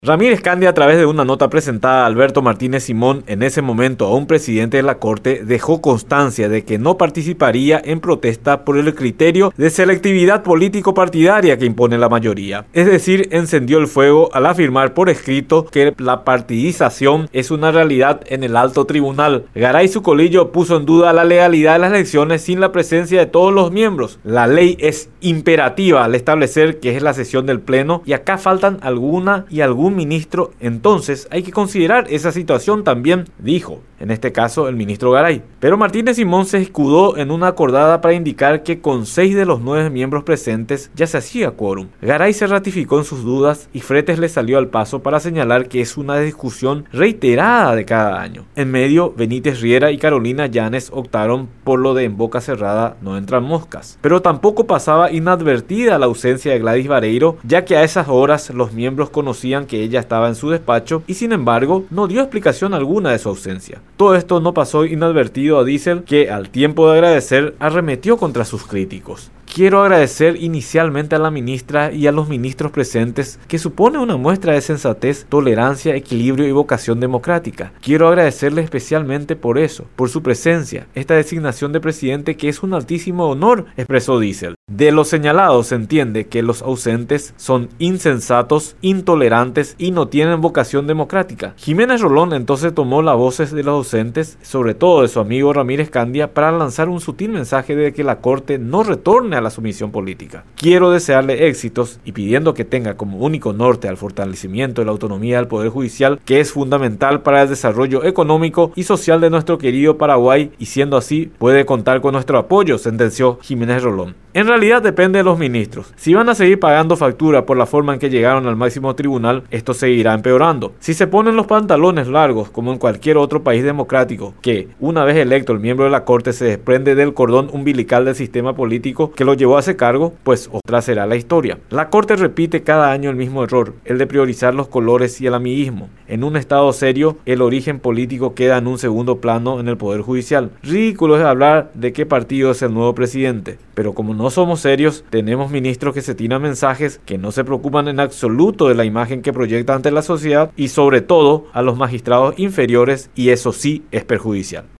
Ramírez Candia, a través de una nota presentada a Alberto Martínez Simón, en ese momento a un presidente de la Corte, dejó constancia de que no participaría en protesta por el criterio de selectividad político-partidaria que impone la mayoría. Es decir, encendió el fuego al afirmar por escrito que la partidización es una realidad en el alto tribunal. Garay Zucolillo puso en duda la legalidad de las elecciones sin la presencia de todos los miembros. La ley es imperativa al establecer que es la sesión del Pleno y acá faltan alguna y algún ministro, entonces hay que considerar esa situación también, dijo, en este caso el ministro Garay. Pero Martínez Simón se escudó en una acordada para indicar que con 6 de los 9 miembros presentes ya se hacía quórum. Garay se ratificó en sus dudas y Fretes le salió al paso para señalar que es una discusión reiterada de cada año. En medio, Benítez Riera y Carolina Llanes optaron por lo de en boca cerrada no entran moscas. Pero tampoco pasaba inadvertida la ausencia de Gladys Vareiro, ya que a esas horas los miembros conocían que ella estaba en su despacho y sin embargo no dio explicación alguna de su ausencia. Todo esto no pasó inadvertido a Diesel, que al tiempo de agradecer arremetió contra sus críticos. Quiero agradecer inicialmente a la ministra y a los ministros presentes, que supone una muestra de sensatez, tolerancia, equilibrio y vocación democrática. Quiero agradecerle especialmente por eso, por su presencia, esta designación de presidente que es un altísimo honor, expresó Diesel. De lo señalado se entiende que los ausentes son insensatos, intolerantes y no tienen vocación democrática. Jiménez Rolón entonces tomó las voces de los ausentes, sobre todo de su amigo Ramírez Candia, para lanzar un sutil mensaje de que la Corte no retorne a la sumisión política. Quiero desearle éxitos y pidiendo que tenga como único norte al fortalecimiento de la autonomía del Poder Judicial, que es fundamental para el desarrollo económico y social de nuestro querido Paraguay, y siendo así puede contar con nuestro apoyo, sentenció Jiménez Rolón. En realidad depende de los ministros. Si van a seguir pagando factura por la forma en que llegaron al máximo tribunal, esto seguirá empeorando. Si se ponen los pantalones largos, como en cualquier otro país democrático, que una vez electo el miembro de la Corte se desprende del cordón umbilical del sistema político que lo llevó a ese cargo, pues otra será la historia. La Corte repite cada año el mismo error, el de priorizar los colores y el amiguismo. En un estado serio, el origen político queda en un segundo plano en el Poder Judicial. Ridículo es hablar de qué partido es el nuevo presidente, pero como no somos serios, tenemos ministros que se tiran mensajes que no se preocupan en absoluto de la imagen que proyecta ante la sociedad y sobre todo a los magistrados inferiores, y eso sí es perjudicial.